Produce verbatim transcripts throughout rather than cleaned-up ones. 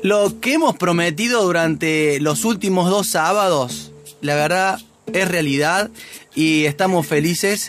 Lo que hemos prometido durante los últimos dos sábados, la verdad, es realidad y estamos felices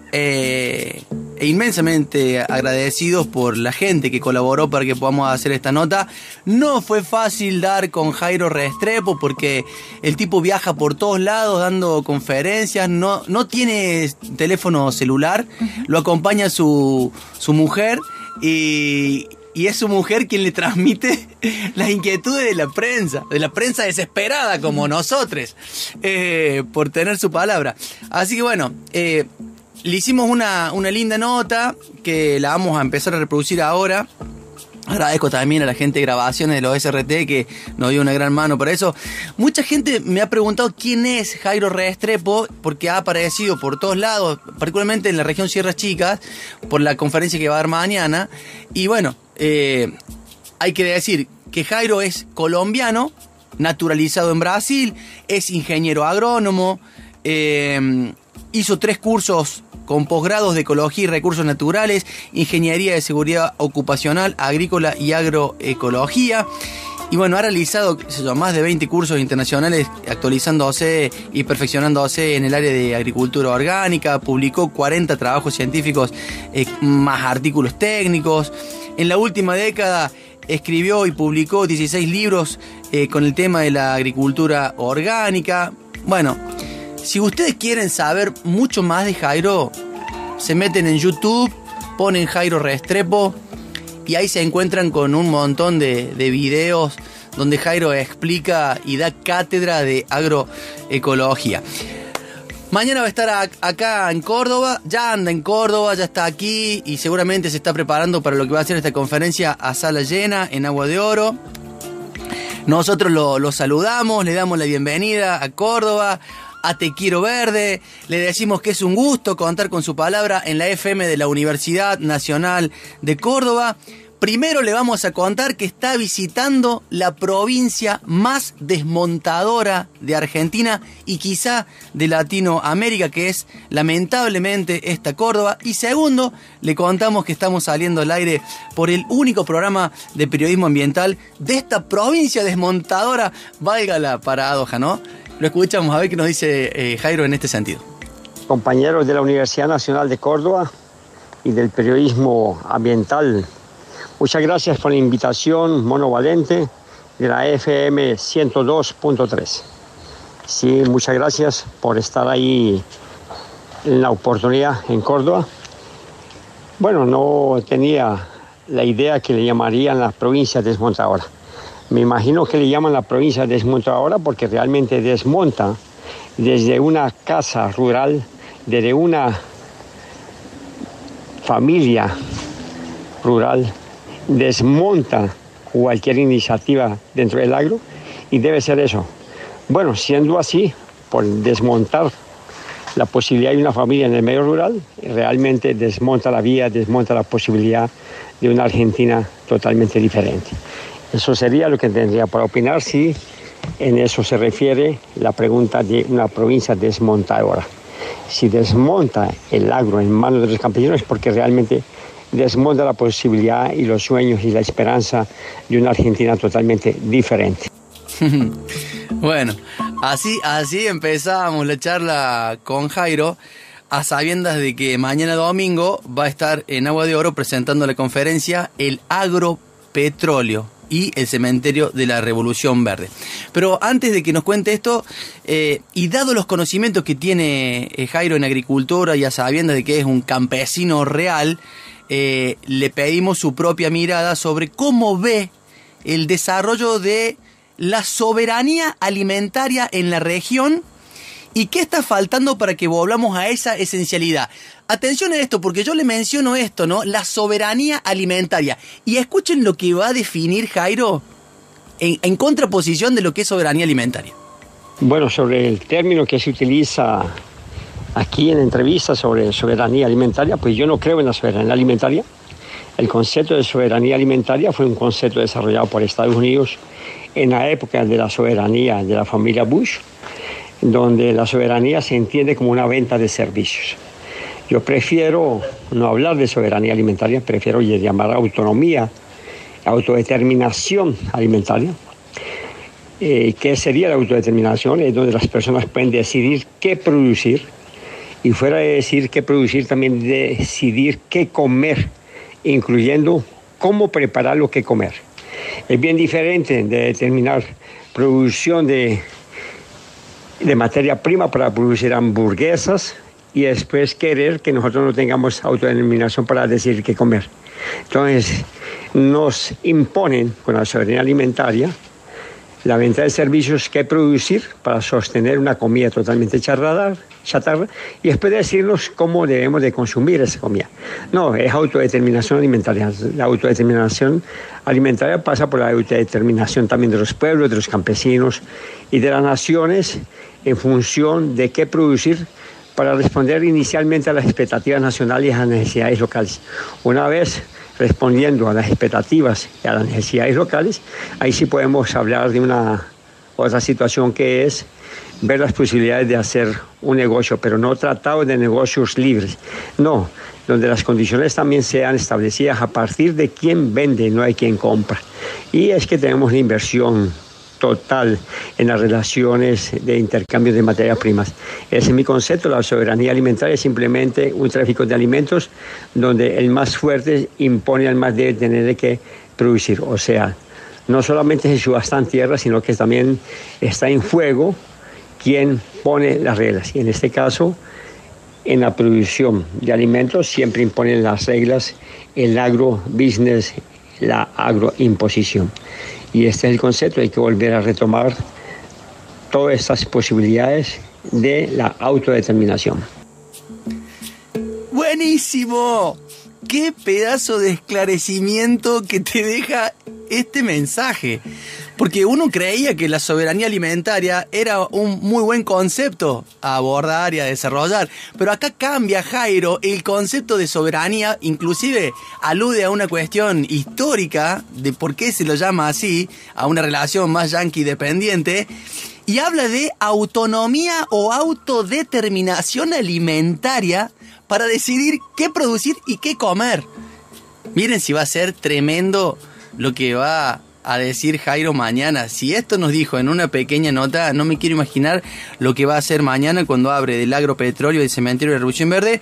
eh, e inmensamente agradecidos por la gente que colaboró para que podamos hacer esta nota. No fue fácil dar con Jairo Restrepo porque el tipo viaja por todos lados dando conferencias, no, no tiene teléfono celular, lo acompaña su, su mujer y... Y es su mujer quien le transmite las inquietudes de la prensa, de la prensa desesperada como nosotros, eh, por tener su palabra. Así que bueno, eh, le hicimos una, una linda nota que la vamos a empezar a reproducir ahora. Agradezco también a la gente de grabaciones de los S R T que nos dio una gran mano para eso. Mucha gente me ha preguntado quién es Jairo Restrepo porque ha aparecido por todos lados, particularmente en la región Sierras Chicas, por la conferencia que va a dar mañana. Y bueno, eh, hay que decir que Jairo es colombiano, naturalizado en Brasil, es ingeniero agrónomo, eh, hizo tres cursos con posgrados de Ecología y Recursos Naturales, Ingeniería de Seguridad Ocupacional, Agrícola y Agroecología. Y bueno, ha realizado qué sé yo, más de veinte cursos internacionales actualizándose y perfeccionándose en el área de agricultura orgánica, publicó cuarenta trabajos científicos, eh, más artículos técnicos. En la última década escribió y publicó dieciséis libros eh, con el tema de la agricultura orgánica. Bueno, si ustedes quieren saber mucho más de Jairo, se meten en YouTube, ponen Jairo Restrepo y ahí se encuentran con un montón de, de videos donde Jairo explica y da cátedra de agroecología. Mañana va a estar a, acá en Córdoba, ya anda en Córdoba, ya está aquí y seguramente se está preparando para lo que va a ser esta conferencia a sala llena en Agua de Oro. Nosotros lo, lo saludamos, le damos la bienvenida a Córdoba, a Te Quiero Verde, le decimos que es un gusto contar con su palabra en la F M de la Universidad Nacional de Córdoba. Primero le vamos a contar que está visitando la provincia más desmontadora de Argentina y quizá de Latinoamérica, que es lamentablemente esta Córdoba. Y segundo, le contamos que estamos saliendo al aire por el único programa de periodismo ambiental de esta provincia desmontadora, valga la paradoja, ¿no? Lo escuchamos, a ver qué nos dice eh, Jairo en este sentido. Compañeros de la Universidad Nacional de Córdoba y del periodismo ambiental, muchas gracias por la invitación monovalente de la F M ciento dos punto tres. Sí, muchas gracias por estar ahí en la oportunidad en Córdoba. Bueno, no tenía la idea que le llamarían la provincia desmontadora. Me imagino que le llaman la provincia desmontadora porque realmente desmonta desde una casa rural, desde una familia rural, desmonta cualquier iniciativa dentro del agro y debe ser eso. Bueno, siendo así, por desmontar la posibilidad de una familia en el medio rural, realmente desmonta la vía, desmonta la posibilidad de una Argentina totalmente diferente. Eso sería lo que tendría para opinar si en eso se refiere la pregunta de una provincia desmontadora. Si desmonta el agro en manos de los campesinos es porque realmente desmonta la posibilidad y los sueños y la esperanza de una Argentina totalmente diferente. Bueno, así, así empezamos la charla con Jairo, a sabiendas de que mañana domingo va a estar en Agua de Oro presentando la conferencia El Agropetróleo y el Cementerio de la Revolución Verde. Pero antes de que nos cuente esto, eh, y dado los conocimientos que tiene eh, Jairo en agricultura y a sabiendas de que es un campesino real, eh, le pedimos su propia mirada sobre cómo ve el desarrollo de la soberanía alimentaria en la región y qué está faltando para que volvamos a esa esencialidad. Atención a esto, porque yo le menciono esto, ¿no? La soberanía alimentaria. Y escuchen lo que va a definir Jairo en, en contraposición de lo que es soberanía alimentaria. Bueno, sobre el término que se utiliza aquí en la entrevista sobre soberanía alimentaria, pues yo no creo en la soberanía alimentaria. El concepto de soberanía alimentaria fue un concepto desarrollado por Estados Unidos en la época de la soberanía de la familia Bush, donde la soberanía se entiende como una venta de servicios. Yo prefiero no hablar de soberanía alimentaria, prefiero llamar autonomía autodeterminación alimentaria. Eh, ¿Qué sería la autodeterminación? Es donde las personas pueden decidir qué producir y fuera de decir qué producir, también decidir qué comer, incluyendo cómo preparar lo que comer. Es bien diferente de determinar producción de, de materia prima para producir hamburguesas y después querer que nosotros no tengamos autodeterminación para decidir qué comer. Entonces, nos imponen con la soberanía alimentaria la venta de servicios que producir para sostener una comida totalmente chatarra, chatarra y después decirnos cómo debemos de consumir esa comida. No, es autodeterminación alimentaria. La autodeterminación alimentaria pasa por la autodeterminación también de los pueblos, de los campesinos y de las naciones en función de qué producir para responder inicialmente a las expectativas nacionales y a las necesidades locales. Una vez respondiendo a las expectativas y a las necesidades locales, ahí sí podemos hablar de una otra situación que es ver las posibilidades de hacer un negocio, pero no tratado de negocios libres, no, donde las condiciones también sean establecidas a partir de quién vende, no hay quien compra. Y es que tenemos una inversión total en las relaciones de intercambio de materias primas. Ese es mi concepto. La soberanía alimentaria es simplemente un tráfico de alimentos donde el más fuerte impone al más débil tener que producir. O sea, no solamente se subastan tierras, sino que también está en juego quien pone las reglas. Y en este caso, en la producción de alimentos siempre imponen las reglas el agrobusiness, la agroimposición. Y este es el concepto, hay que volver a retomar todas estas posibilidades de la autodeterminación. ¡Buenísimo! ¡Qué pedazo de esclarecimiento que te deja este mensaje! Porque uno creía que la soberanía alimentaria era un muy buen concepto a abordar y a desarrollar. Pero acá cambia, Jairo, el concepto de soberanía, inclusive alude a una cuestión histórica de por qué se lo llama así, a una relación más yanqui dependiente, y habla de autonomía o autodeterminación alimentaria para decidir qué producir y qué comer. Miren si va a ser tremendo lo que va a decir Jairo mañana. Si esto nos dijo en una pequeña nota, no me quiero imaginar lo que va a hacer mañana cuando abre del agropetróleo del cementerio de Revolución Verde,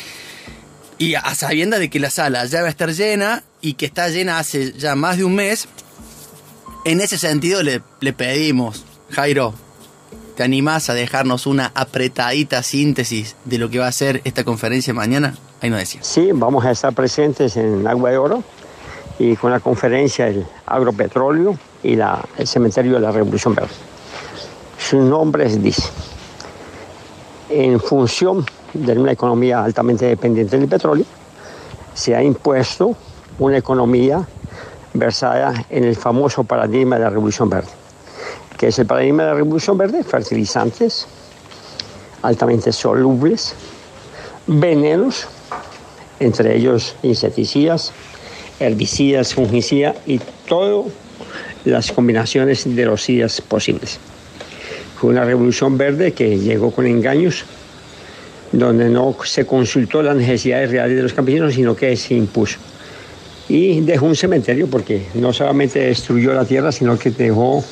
y a sabiendas de que la sala ya va a estar llena y que está llena hace ya más de un mes. En ese sentido le, le pedimos, Jairo, ¿te animás a dejarnos una apretadita síntesis de lo que va a ser esta conferencia mañana? Ahí nos decía. Sí, vamos a estar presentes en Agua de Oro y con la conferencia del agropetróleo y la, el cementerio de la Revolución Verde. Sus nombres dicen, en función de una economía altamente dependiente del petróleo, se ha impuesto una economía versada en el famoso paradigma de la Revolución Verde. ¿Qué es el paradigma de la Revolución Verde? Fertilizantes altamente solubles, venenos, entre ellos insecticidas, herbicidas, fungicidas y todas las combinaciones de herbicidas posibles. Fue una revolución verde que llegó con engaños, donde no se consultó las necesidades reales de los campesinos, sino que se impuso. Y dejó un cementerio porque no solamente destruyó la tierra, sino que dejó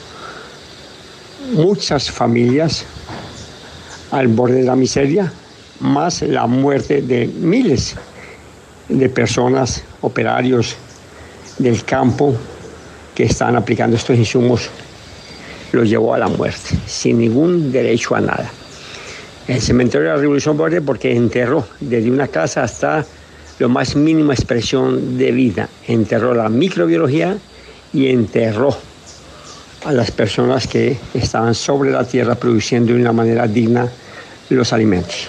muchas familias al borde de la miseria, más la muerte de miles de personas, operarios del campo que están aplicando estos insumos, los llevó a la muerte, sin ningún derecho a nada. El cementerio de la Revolución Verde porque enterró desde una casa hasta la más mínima expresión de vida, enterró la microbiología y enterró a las personas que estaban sobre la tierra produciendo de una manera digna los alimentos.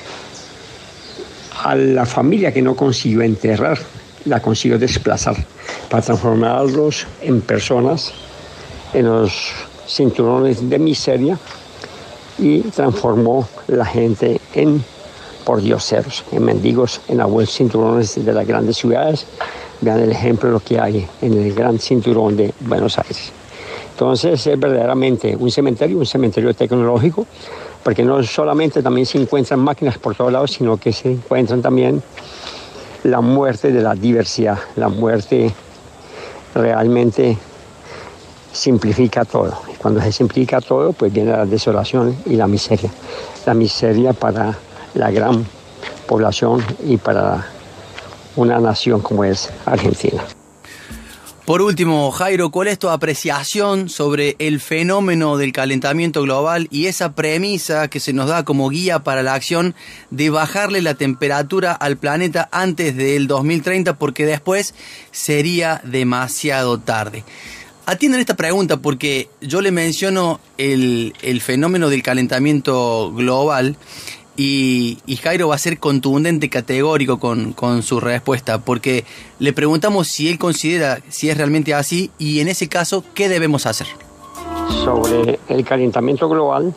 A la familia que no consiguió enterrar, la consiguió desplazar para transformarlos en personas, en los cinturones de miseria, y transformó la gente en pordioseros, en mendigos, en abuelos cinturones de las grandes ciudades. Vean el ejemplo de lo que hay en el gran cinturón de Buenos Aires. Entonces es verdaderamente un cementerio, un cementerio tecnológico, porque no solamente también se encuentran máquinas por todos lados, sino que se encuentran también la muerte de la diversidad, la muerte realmente simplifica todo. Y cuando se simplifica todo, pues viene la desolación y la miseria. La miseria para la gran población y para una nación como es Argentina. Por último, Jairo, ¿cuál es tu apreciación sobre el fenómeno del calentamiento global y esa premisa que se nos da como guía para la acción de bajarle la temperatura al planeta antes del dos mil treinta, porque después sería demasiado tarde? Atiendan esta pregunta porque yo le menciono el, el fenómeno del calentamiento global y, y Jairo va a ser contundente, categórico con, con su respuesta, porque le preguntamos si él considera si es realmente así y en ese caso, ¿qué debemos hacer? Sobre el calentamiento global,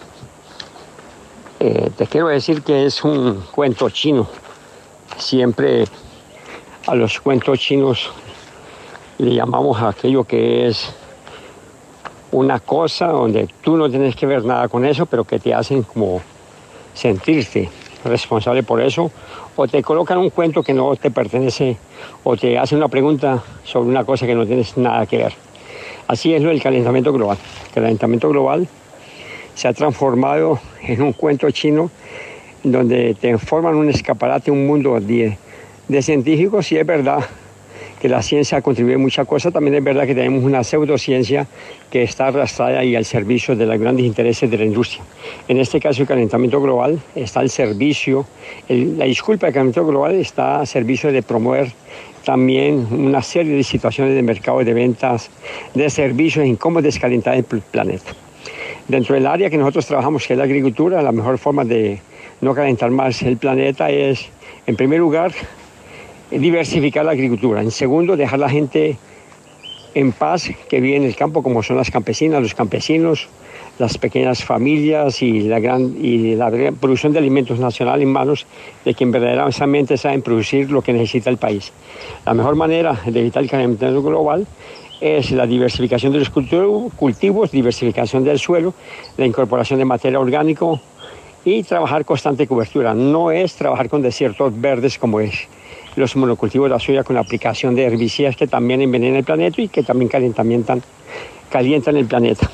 eh, te quiero decir que es un cuento chino. Siempre a los cuentos chinos le llamamos a aquello que es una cosa donde tú no tienes que ver nada con eso, pero que te hacen como sentirte responsable por eso, o te colocan un cuento que no te pertenece, o te hacen una pregunta sobre una cosa que no tienes nada que ver. Así es lo del calentamiento global. El calentamiento global se ha transformado en un cuento chino donde te forman un escaparate, un mundo de, de científicos, y es verdad que la ciencia contribuye a muchas cosas. También es verdad que tenemos una pseudociencia que está arrastrada y al servicio de los grandes intereses de la industria. En este caso, el calentamiento global está al servicio, el, la disculpa del calentamiento global está al servicio de promover también una serie de situaciones de mercado, de ventas, de servicios en cómo descalentar el planeta. Dentro del área que nosotros trabajamos, que es la agricultura, la mejor forma de no calentar más el planeta es, en primer lugar, diversificar la agricultura. En segundo, dejar a la gente en paz que vive en el campo, como son las campesinas, los campesinos, las pequeñas familias y la gran y la producción de alimentos nacional en manos de quien verdaderamente saben producir lo que necesita el país. La mejor manera de evitar el calentamiento global es la diversificación de los cultivos, diversificación del suelo, la incorporación de materia orgánica y trabajar constante cobertura. No es trabajar con desiertos verdes como es los monocultivos de la soya, con la aplicación de herbicidas que también envenenan el planeta y que también calientan, calientan el planeta.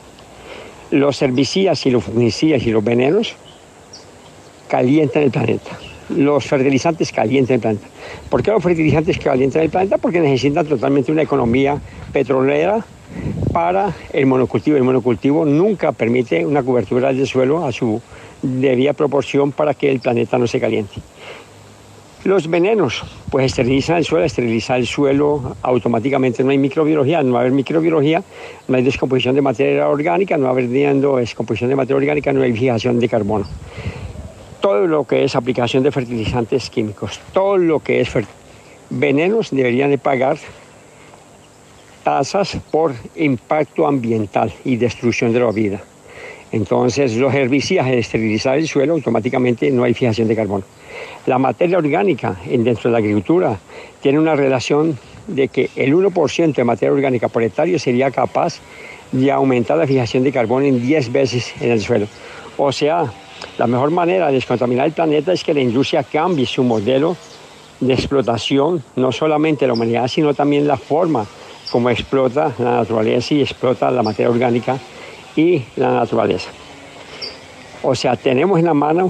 Los herbicidas y los fungicidas y los venenos calientan el planeta. Los fertilizantes calientan el planeta. ¿Por qué los fertilizantes calientan el planeta? Porque necesitan totalmente una economía petrolera para el monocultivo. El monocultivo nunca permite una cobertura del suelo a su debida proporción para que el planeta no se caliente. Los venenos, pues esterilizan el suelo, esterilizar el suelo automáticamente no hay microbiología, no va a haber microbiología, no hay descomposición de materia orgánica, no va a haber descomposición de materia orgánica, no hay fijación de carbono. Todo lo que es aplicación de fertilizantes químicos, todo lo que es venenos deberían de pagar tasas por impacto ambiental y destrucción de la vida. Entonces los herbicidas, al esterilizar el suelo, automáticamente no hay fijación de carbono. La materia orgánica dentro de la agricultura tiene una relación de que el uno por ciento de materia orgánica por hectárea sería capaz de aumentar la fijación de carbono en diez veces en el suelo. O sea, la mejor manera de descontaminar el planeta es que la industria cambie su modelo de explotación, no solamente de la humanidad, sino también la forma como explota la naturaleza y explota la materia orgánica y la naturaleza. O sea, tenemos en la mano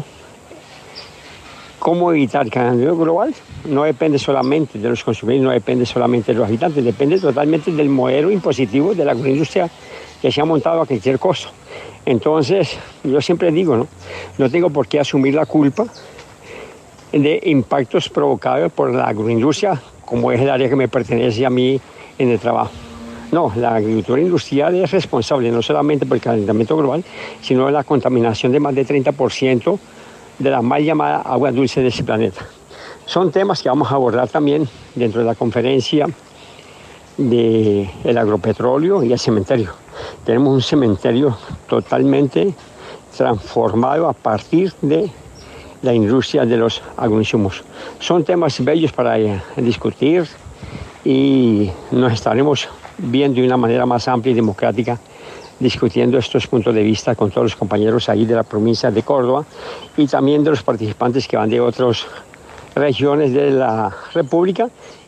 cómo evitar el calentamiento global. No depende solamente de los consumidores, no depende solamente de los habitantes, depende totalmente del modelo impositivo de la agroindustria que se ha montado a cualquier costo. Entonces, yo siempre digo, ¿no? No tengo por qué asumir la culpa de impactos provocados por la agroindustria, como es el área que me pertenece a mí en el trabajo. No, la agricultura industrial es responsable no solamente por el calentamiento global, sino de la contaminación de más del treinta por ciento de la mal llamada agua dulce de ese planeta. Son temas que vamos a abordar también dentro de la conferencia del agropetróleo y el cementerio. Tenemos un cementerio totalmente transformado a partir de la industria de los agroinsumos. Son temas bellos para eh, discutir y nos estaremos viendo de una manera más amplia y democrática, discutiendo estos puntos de vista con todos los compañeros ahí de la provincia de Córdoba y también de los participantes que van de otras regiones de la República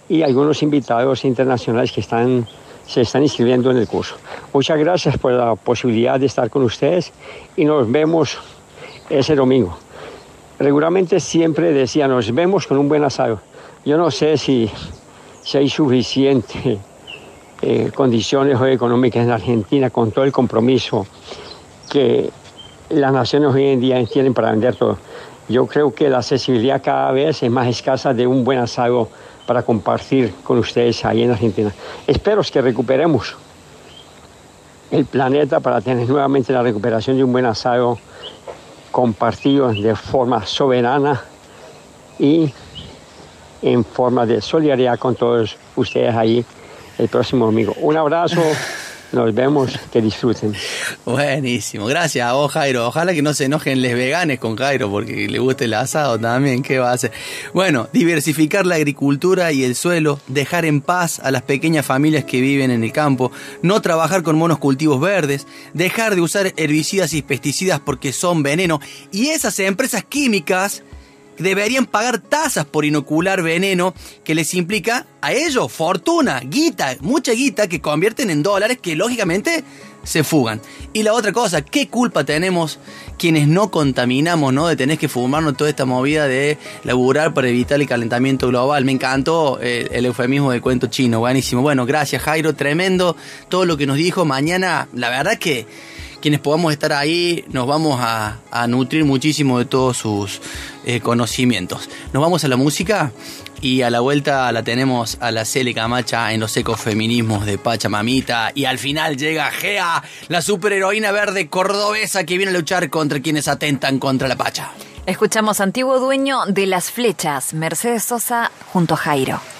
y algunos invitados internacionales que están, se están inscribiendo en el curso. Muchas gracias por la posibilidad de estar con ustedes y nos vemos ese domingo. Regularmente siempre decía, nos vemos con un buen asado. Yo no sé si, si hay suficiente eh, condiciones económicas en Argentina con todo el compromiso que las naciones hoy en día tienen para vender todo. Yo creo que la accesibilidad cada vez es más escasa de un buen asado para compartir con ustedes ahí en Argentina. Espero que recuperemos el planeta para tener nuevamente la recuperación de un buen asado compartido de forma soberana y en forma de solidaridad con todos ustedes ahí el próximo domingo. Un abrazo. Nos vemos, que disfruten. Buenísimo, gracias a vos, Jairo. Ojalá que no se enojen les veganes con Jairo porque le guste el asado también. ¿Qué va a hacer? Bueno, diversificar la agricultura y el suelo, dejar en paz a las pequeñas familias que viven en el campo, no trabajar con monocultivos verdes, dejar de usar herbicidas y pesticidas porque son veneno, y esas empresas químicas deberían pagar tasas por inocular veneno que les implica a ellos fortuna, guita, mucha guita que convierten en dólares que lógicamente se fugan. Y la otra cosa, ¿qué culpa tenemos quienes no contaminamos, ¿no? De tener que fumarnos toda esta movida de laburar para evitar el calentamiento global. Me encantó el, el eufemismo del cuento chino, buenísimo. Bueno, gracias Jairo, tremendo todo lo que nos dijo. Mañana, la verdad que quienes podamos estar ahí, nos vamos a, a nutrir muchísimo de todos sus eh, conocimientos. Nos vamos a la música y a la vuelta la tenemos a la Cele Camacha en los ecofeminismos de Pachamamita. Y al final llega Gea, la superheroína verde cordobesa que viene a luchar contra quienes atentan contra la Pacha. Escuchamos Antiguo Dueño de las Flechas, Mercedes Sosa junto a Jairo.